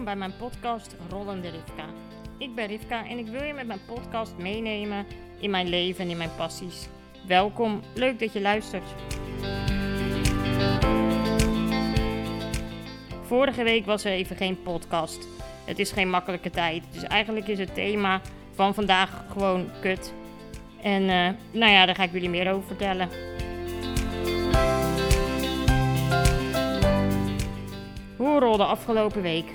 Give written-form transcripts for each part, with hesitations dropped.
Welkom bij mijn podcast Rollende Rivka. Ik ben Rivka en ik wil je met mijn podcast meenemen in mijn leven en in mijn passies. Welkom, leuk dat je luistert. Vorige week was er even geen podcast. Het is geen makkelijke tijd, dus eigenlijk is het thema van vandaag gewoon kut. En daar ga ik jullie meer over vertellen. Hoe rolde afgelopen week?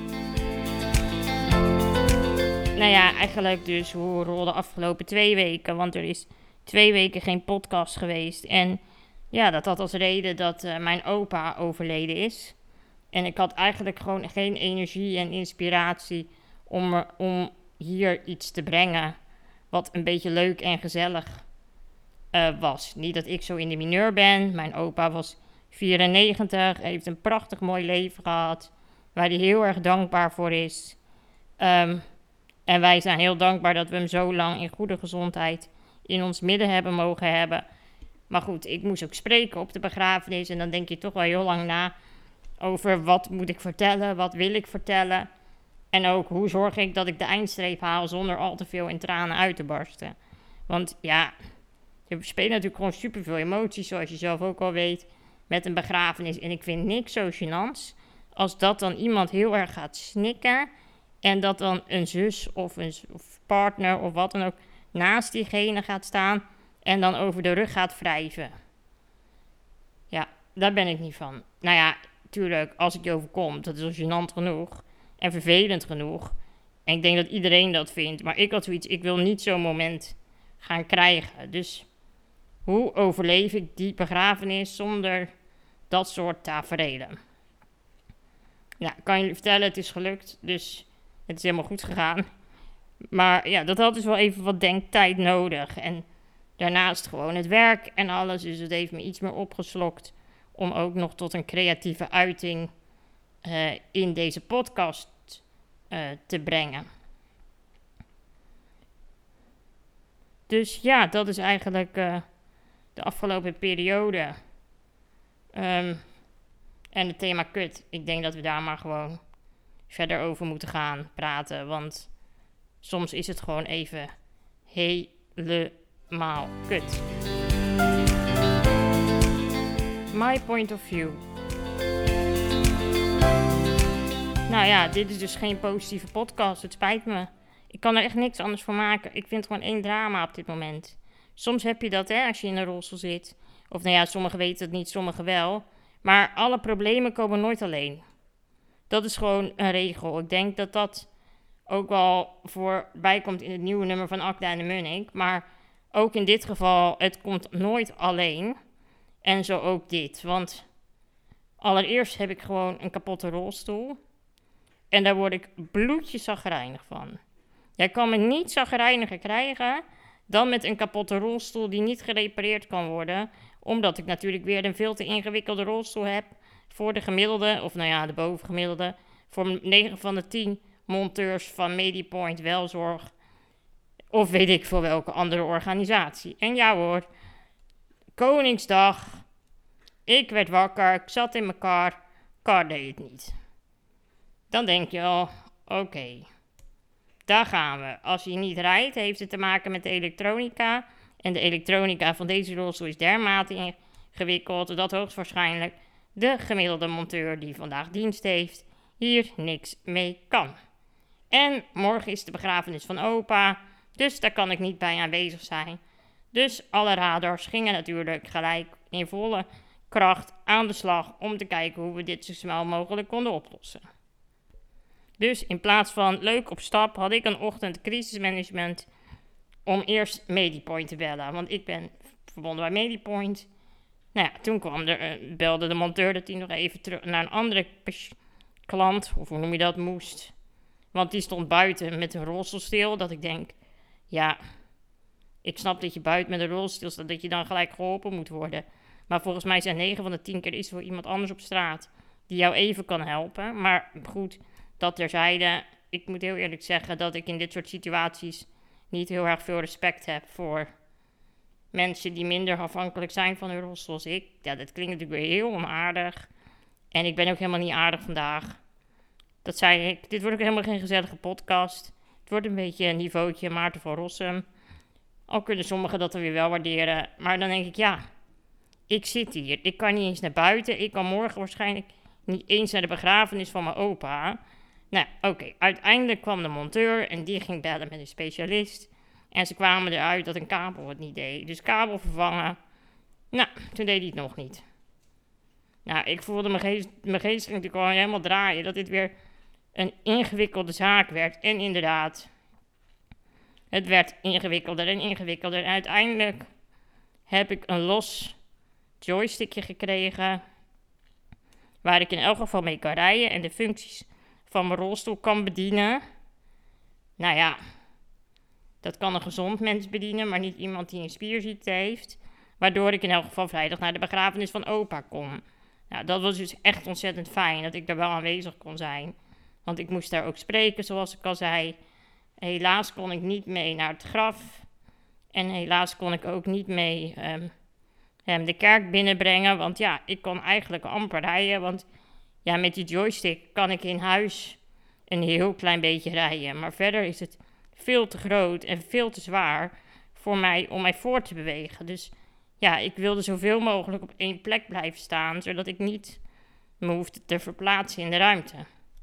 Eigenlijk dus hoe rolde afgelopen 2 weken. Want er is 2 weken geen podcast geweest. En ja, dat had als reden dat mijn opa overleden is. En ik had eigenlijk gewoon geen energie en inspiratie om hier iets te brengen wat een beetje leuk en gezellig was. Niet dat ik zo in de mineur ben. Mijn opa was 94, heeft een prachtig mooi leven gehad, waar hij heel erg dankbaar voor is. En wij zijn heel dankbaar dat we hem zo lang in goede gezondheid in ons midden hebben mogen hebben. Maar goed, ik moest ook spreken op de begrafenis en dan denk je toch wel heel lang na over wat moet ik vertellen, wat wil ik vertellen. En ook hoe zorg ik dat ik de eindstreep haal zonder al te veel in tranen uit te barsten. Want ja, er spelen natuurlijk gewoon superveel emoties, zoals je zelf ook al weet, met een begrafenis. En ik vind niks zo gênants als dat dan iemand heel erg gaat snikken en dat dan een zus of een partner of wat dan ook naast diegene gaat staan en dan over de rug gaat wrijven. Ja, daar ben ik niet van. Nou ja, tuurlijk, als ik je overkom, dat is al gênant genoeg en vervelend genoeg. En ik denk dat iedereen dat vindt, maar ik had zoiets, ik wil niet zo'n moment gaan krijgen. Dus hoe overleef ik die begrafenis zonder dat soort taferelen? Nou, ik kan jullie vertellen, het is gelukt, dus het is helemaal goed gegaan. Maar ja, dat had dus wel even wat denktijd nodig. En daarnaast gewoon het werk en alles, dus het heeft me iets meer opgeslokt om ook nog tot een creatieve uiting in deze podcast te brengen. Dus ja, dat is eigenlijk de afgelopen periode. En het thema kut. Ik denk dat we daar maar gewoon verder over moeten gaan praten. Want soms is het gewoon even helemaal kut. My point of view. Nou ja, dit is dus geen positieve podcast. Het spijt me. Ik kan er echt niks anders voor maken. Ik vind het gewoon één drama op dit moment. Soms heb je dat, als je in een rolstoel zit. Of sommigen weten het niet, sommigen wel. Maar alle problemen komen nooit alleen. Dat is gewoon een regel. Ik denk dat dat ook wel voorbij komt in het nieuwe nummer van Akda en de Munnik. Maar ook in dit geval, het komt nooit alleen. En zo ook dit. Want allereerst heb ik gewoon een kapotte rolstoel. En daar word ik bloedjes chagrijnig van. Jij kan me niet chagrijniger krijgen dan met een kapotte rolstoel die niet gerepareerd kan worden. Omdat ik natuurlijk weer een veel te ingewikkelde rolstoel heb voor de gemiddelde, of de bovengemiddelde, voor 9 van de 10 monteurs van Medipoint Welzorg. Of weet ik voor welke andere organisatie. En ja hoor, Koningsdag. Ik werd wakker, ik zat in mijn car deed het niet. Dan denk je al, oké, daar gaan we. Als hij niet rijdt, heeft het te maken met de elektronica. En de elektronica van deze rolstoel is dermate ingewikkeld dat hoogstwaarschijnlijk de gemiddelde monteur die vandaag dienst heeft hier niks mee kan. En morgen is de begrafenis van opa, dus daar kan ik niet bij aanwezig zijn. Dus alle radars gingen natuurlijk gelijk in volle kracht aan de slag om te kijken hoe we dit zo snel mogelijk konden oplossen. Dus in plaats van leuk op stap had ik een ochtend crisismanagement om eerst Medipoint te bellen. Want ik ben verbonden bij Medipoint. Nou ja, toen belde de monteur dat hij nog even terug naar een andere klant, of hoe noem je dat, moest. Want die stond buiten met een rolstoel stil. Dat ik denk, ja, ik snap dat je buiten met een rolstoel staat, dat je dan gelijk geholpen moet worden. Maar volgens mij zijn 9 van de 10 keer is er iemand anders op straat die jou even kan helpen. Maar goed, dat terzijde. Ik moet heel eerlijk zeggen dat ik in dit soort situaties niet heel erg veel respect heb voor mensen die minder afhankelijk zijn van hun rolstoel als ik. Ja, dat klinkt natuurlijk weer heel onaardig. En ik ben ook helemaal niet aardig vandaag. Dat zei ik. Dit wordt ook helemaal geen gezellige podcast. Het wordt een beetje een niveautje Maarten van Rossum. Al kunnen sommigen dat dan weer wel waarderen. Maar dan denk ik, ja, ik zit hier. Ik kan niet eens naar buiten. Ik kan morgen waarschijnlijk niet eens naar de begrafenis van mijn opa. Nou, oké. Uiteindelijk kwam de monteur en die ging bellen met een specialist. En ze kwamen eruit dat een kabel het niet deed. Dus kabel vervangen. Nou, toen deed hij het nog niet. Nou, ik voelde mijn geest natuurlijk al helemaal draaien. Dat dit weer een ingewikkelde zaak werd. En inderdaad, het werd ingewikkelder en ingewikkelder. En uiteindelijk heb ik een los joystickje gekregen. Waar ik in elk geval mee kan rijden. En de functies van mijn rolstoel kan bedienen. Nou ja, dat kan een gezond mens bedienen. Maar niet iemand die een spierziekte heeft. Waardoor ik in elk geval vrijdag naar de begrafenis van opa kon. Nou, dat was dus echt ontzettend fijn dat ik daar wel aanwezig kon zijn. Want ik moest daar ook spreken, zoals ik al zei. Helaas kon ik niet mee naar het graf. En helaas kon ik ook niet mee hem de kerk binnenbrengen. Want ja, ik kon eigenlijk amper rijden. Want ja, met die joystick kan ik in huis een heel klein beetje rijden. Maar verder is het veel te groot en veel te zwaar voor mij om mij voor te bewegen. Dus ja, ik wilde zoveel mogelijk op één plek blijven staan, zodat ik niet me hoefde te verplaatsen in de ruimte.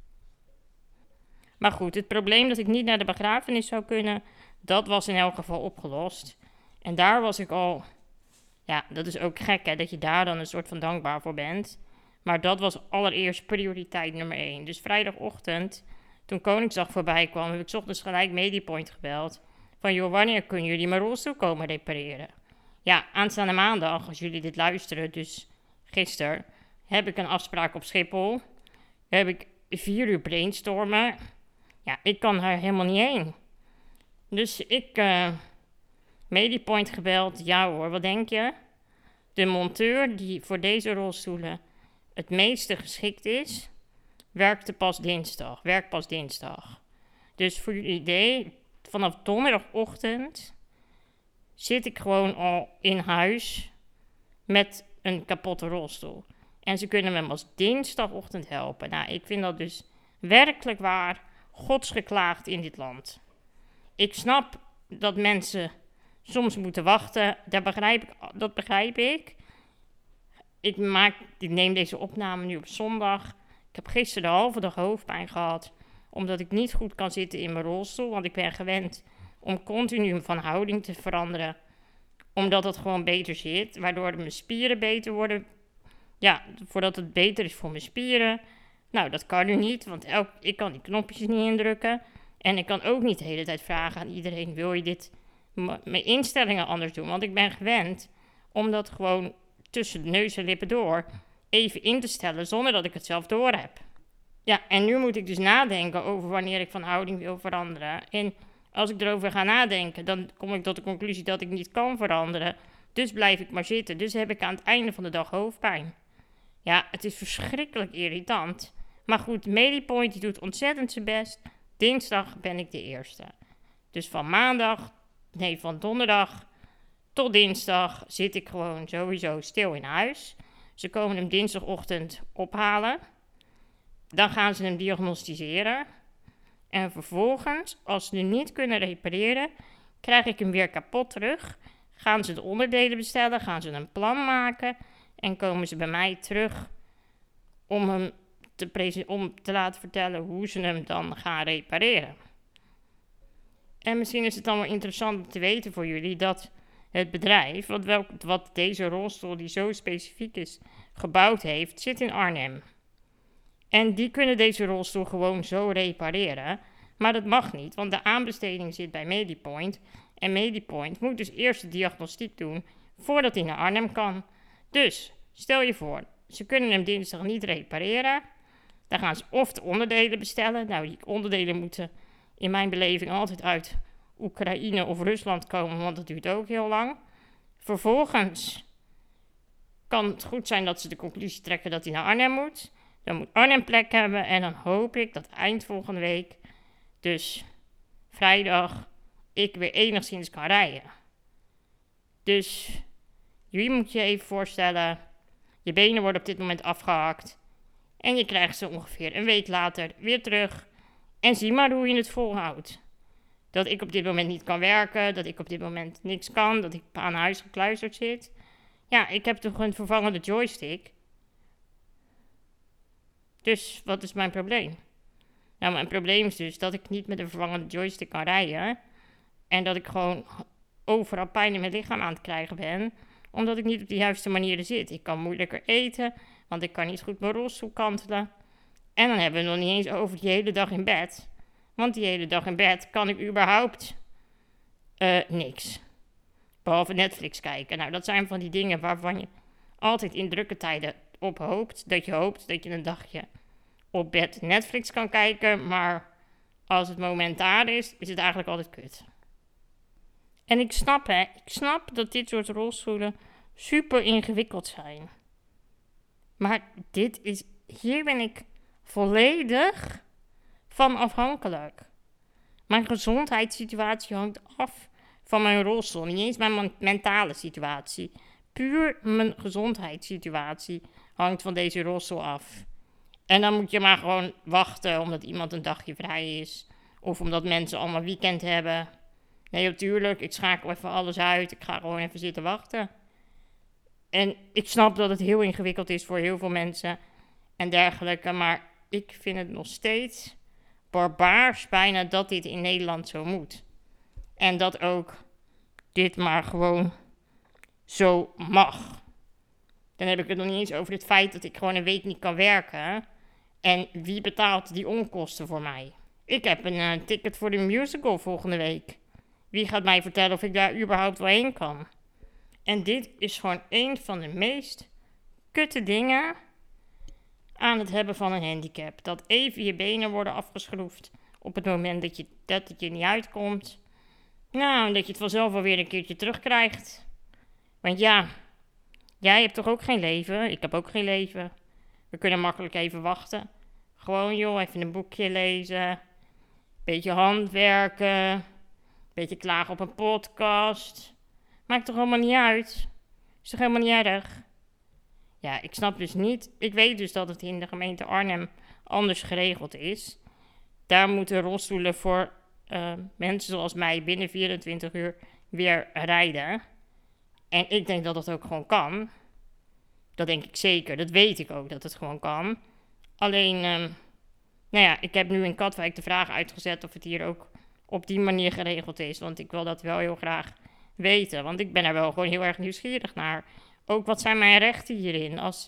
Maar goed, het probleem dat ik niet naar de begrafenis zou kunnen, dat was in elk geval opgelost. En daar was ik al, ja, dat is ook gek hè, dat je daar dan een soort van dankbaar voor bent. Maar dat was allereerst prioriteit nummer 1. Dus vrijdagochtend, toen Koningsdag voorbij kwam, heb ik 's ochtends gelijk Medipoint gebeld. Van joh, wanneer kunnen jullie mijn rolstoel komen repareren? Ja, aanstaande maandag, als jullie dit luisteren, dus gisteren, heb ik een afspraak op Schiphol. Heb ik 4 uur brainstormen. Ja, ik kan daar helemaal niet heen. Dus ik Medipoint gebeld. Ja hoor, wat denk je? De monteur die voor deze rolstoelen het meeste geschikt is, werkt pas dinsdag. Dus voor jullie idee, vanaf donderdagochtend zit ik gewoon al in huis met een kapotte rolstoel. En ze kunnen me pas dinsdagochtend helpen. Nou, ik vind dat dus werkelijk waar godsgeklaagd in dit land. Ik snap dat mensen soms moeten wachten. Dat begrijp ik. Ik neem deze opname nu op zondag. Ik heb gisteren de halve dag hoofdpijn gehad. Omdat ik niet goed kan zitten in mijn rolstoel. Want ik ben gewend om continu van houding te veranderen. Omdat het gewoon beter zit. Waardoor mijn spieren beter worden. Ja, voordat het beter is voor mijn spieren. Nou, dat kan nu niet. Want ik kan die knopjes niet indrukken. En ik kan ook niet de hele tijd vragen aan iedereen. Wil je mijn instellingen anders doen? Want ik ben gewend om dat gewoon tussen de neus en lippen door even in te stellen. Zonder dat ik het zelf door heb. Ja, en nu moet ik dus nadenken over wanneer ik van houding wil veranderen. En als ik erover ga nadenken, dan kom ik tot de conclusie dat ik niet kan veranderen. Dus blijf ik maar zitten. Dus heb ik aan het einde van de dag hoofdpijn. Ja, het is verschrikkelijk irritant. Maar goed, Medipoint die doet ontzettend zijn best. Dinsdag ben ik de eerste. Dus van donderdag tot dinsdag zit ik gewoon sowieso stil in huis. Ze komen hem dinsdagochtend ophalen. Dan gaan ze hem diagnosticeren. En vervolgens, als ze hem niet kunnen repareren, krijg ik hem weer kapot terug. Gaan ze de onderdelen bestellen, gaan ze een plan maken en komen ze bij mij terug om hem te laten vertellen hoe ze hem dan gaan repareren. En misschien is het dan wel interessant om te weten voor jullie dat het bedrijf, wat deze rolstoel die zo specifiek is gebouwd heeft, zit in Arnhem. En die kunnen deze rolstoel gewoon zo repareren. Maar dat mag niet, want de aanbesteding zit bij Medipoint. En Medipoint moet dus eerst de diagnostiek doen voordat hij naar Arnhem kan. Dus, stel je voor, ze kunnen hem dinsdag niet repareren. Dan gaan ze of de onderdelen bestellen. Nou, die onderdelen moeten in mijn beleving altijd uit Oekraïne of Rusland komen, want dat duurt ook heel lang. Vervolgens kan het goed zijn dat ze de conclusie trekken dat hij naar Arnhem moet. Dan moet Arnhem plek hebben en dan hoop ik dat eind volgende week, dus vrijdag, ik weer enigszins kan rijden. Dus jullie moet je even voorstellen, je benen worden op dit moment afgehakt En je krijgt ze ongeveer een week later weer terug. En zie maar hoe je het volhoudt. Dat ik op dit moment niet kan werken, dat ik op dit moment niks kan, dat ik aan huis gekluisterd zit. Ja, ik heb toch een vervangende joystick. Dus wat is mijn probleem? Nou, mijn probleem is dus dat ik niet met een vervangende joystick kan rijden. En dat ik gewoon overal pijn in mijn lichaam aan het krijgen ben. Omdat ik niet op de juiste manieren zit. Ik kan moeilijker eten, want ik kan niet goed mijn rolstoel kantelen. En dan hebben we het nog niet eens over die hele dag in bed. Want die hele dag in bed kan ik überhaupt niks. Behalve Netflix kijken. Nou, dat zijn van die dingen waarvan je altijd in drukke tijden op hoopt. Dat je hoopt dat je een dagje op bed Netflix kan kijken. Maar als het moment daar is het eigenlijk altijd kut. En ik snap dat dit soort rolstoelen super ingewikkeld zijn. Maar hier ben ik volledig van afhankelijk. Mijn gezondheidssituatie hangt af van mijn rolstoel. Niet eens mijn mentale situatie. Puur mijn gezondheidssituatie hangt van deze rolstoel af. En dan moet je maar gewoon wachten omdat iemand een dagje vrij is. Of omdat mensen allemaal weekend hebben. Nee, natuurlijk, ik schakel even alles uit. Ik ga gewoon even zitten wachten. En ik snap dat het heel ingewikkeld is voor heel veel mensen en dergelijke. Maar ik vind het nog steeds barbaars bijna dat dit in Nederland zo moet. En dat ook dit maar gewoon zo mag. Dan heb ik het nog niet eens over het feit dat ik gewoon een week niet kan werken. En wie betaalt die onkosten voor mij? Ik heb een ticket voor de musical volgende week. Wie gaat mij vertellen of ik daar überhaupt wel heen kan? En dit is gewoon een van de meest kutte dingen aan het hebben van een handicap. Dat even je benen worden afgeschroefd op het moment dat het je niet uitkomt. Nou, dat je het vanzelf wel weer een keertje terugkrijgt. Want ja, jij hebt toch ook geen leven? Ik heb ook geen leven. We kunnen makkelijk even wachten. Gewoon joh, even een boekje lezen. Beetje handwerken. Beetje klagen op een podcast. Maakt toch helemaal niet uit? Is toch helemaal niet erg? Ja, ik snap dus niet. Ik weet dus dat het in de gemeente Arnhem anders geregeld is. Daar moeten rolstoelen voor mensen zoals mij binnen 24 uur weer rijden. En ik denk dat dat ook gewoon kan. Dat denk ik zeker. Dat weet ik ook dat het gewoon kan. Alleen, nou ja, ik heb nu in Katwijk de vraag uitgezet of het hier ook op die manier geregeld is. Want ik wil dat wel heel graag weten. Want ik ben er wel gewoon heel erg nieuwsgierig naar. Ook wat zijn mijn rechten hierin als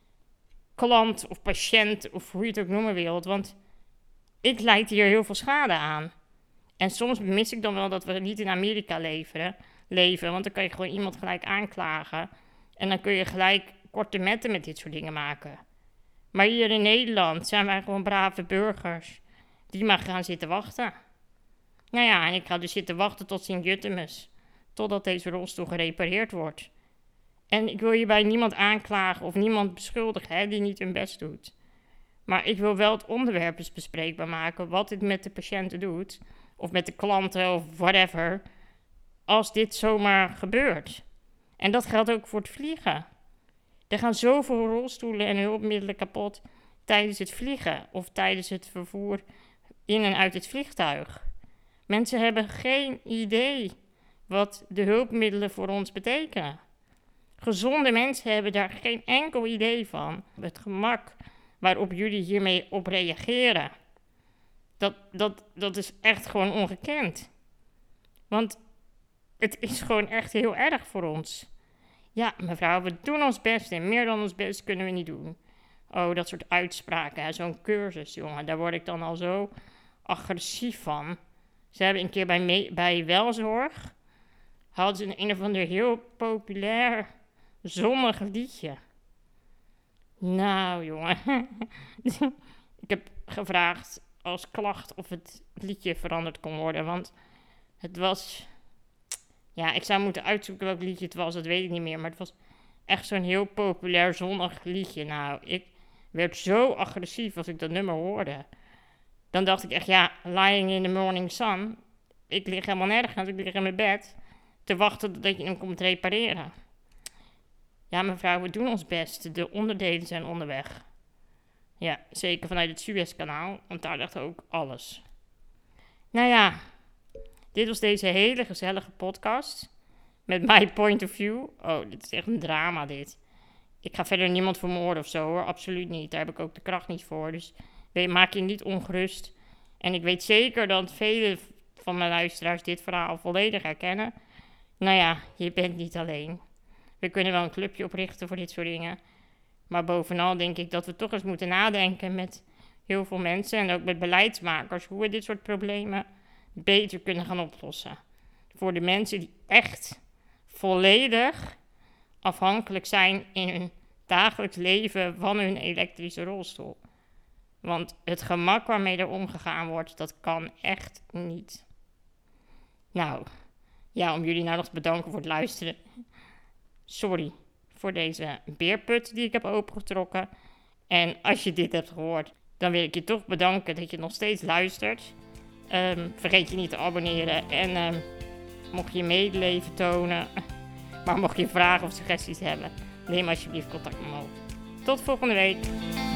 klant of patiënt of hoe je het ook noemen wilt. Want ik leid hier heel veel schade aan. En soms mis ik dan wel dat we niet in Amerika leven. Want dan kan je gewoon iemand gelijk aanklagen. En dan kun je gelijk korte metten met dit soort dingen maken. Maar hier in Nederland zijn wij gewoon brave burgers. Die maar gaan zitten wachten. Nou ja, en ik ga dus zitten wachten tot Sint-Jutemus. Totdat deze rolstoel gerepareerd wordt. En ik wil hierbij niemand aanklagen of niemand beschuldigen die niet hun best doet. Maar ik wil wel het onderwerp eens bespreekbaar maken. Wat dit met de patiënten doet. Of met de klanten of whatever. Als dit zomaar gebeurt. En dat geldt ook voor het vliegen. Er gaan zoveel rolstoelen en hulpmiddelen kapot tijdens het vliegen. Of tijdens het vervoer in en uit het vliegtuig. Mensen hebben geen idee wat de hulpmiddelen voor ons betekenen. Gezonde mensen hebben daar geen enkel idee van. Het gemak waarop jullie hiermee op reageren. Dat is echt gewoon ongekend. Want het is gewoon echt heel erg voor ons. Ja, mevrouw, we doen ons best en meer dan ons best kunnen we niet doen. Oh, dat soort uitspraken, hè? Zo'n cursus, jongen, daar word ik dan al zo agressief van. Ze hebben een keer bij Welzorg, hadden ze een of ander heel populair zonnig liedje. Nou, jongen. Ik heb gevraagd als klacht of het liedje veranderd kon worden, want het was... Ja, ik zou moeten uitzoeken welk liedje het was, dat weet ik niet meer. Maar het was echt zo'n heel populair zonnig liedje. Nou, ik werd zo agressief als ik dat nummer hoorde. Dan dacht ik echt, ja, lying in the morning sun. Ik lig helemaal nergens, ik lig in mijn bed te wachten totdat je hem komt repareren. Ja, mevrouw, we doen ons best. De onderdelen zijn onderweg. Ja, zeker vanuit het Suezkanaal, want daar ligt ook alles. Nou ja, dit was deze hele gezellige podcast. Met my point of view. Oh, dit is echt een drama dit. Ik ga verder niemand vermoorden of zo hoor, absoluut niet. Daar heb ik ook de kracht niet voor, dus maak je niet ongerust. En ik weet zeker dat vele van mijn luisteraars dit verhaal volledig herkennen. Nou ja, je bent niet alleen. We kunnen wel een clubje oprichten voor dit soort dingen. Maar bovenal denk ik dat we toch eens moeten nadenken met heel veel mensen en ook met beleidsmakers hoe we dit soort problemen beter kunnen gaan oplossen. Voor de mensen die echt volledig afhankelijk zijn in hun dagelijks leven van hun elektrische rolstoel. Want het gemak waarmee er omgegaan wordt, dat kan echt niet. Nou, ja, om jullie nou nog te bedanken voor het luisteren. Sorry voor deze beerput die ik heb opengetrokken. En als je dit hebt gehoord, dan wil ik je toch bedanken dat je nog steeds luistert. Vergeet je niet te abonneren. En mocht je medeleven tonen, maar mocht je vragen of suggesties hebben, neem alsjeblieft contact met me op. Tot volgende week.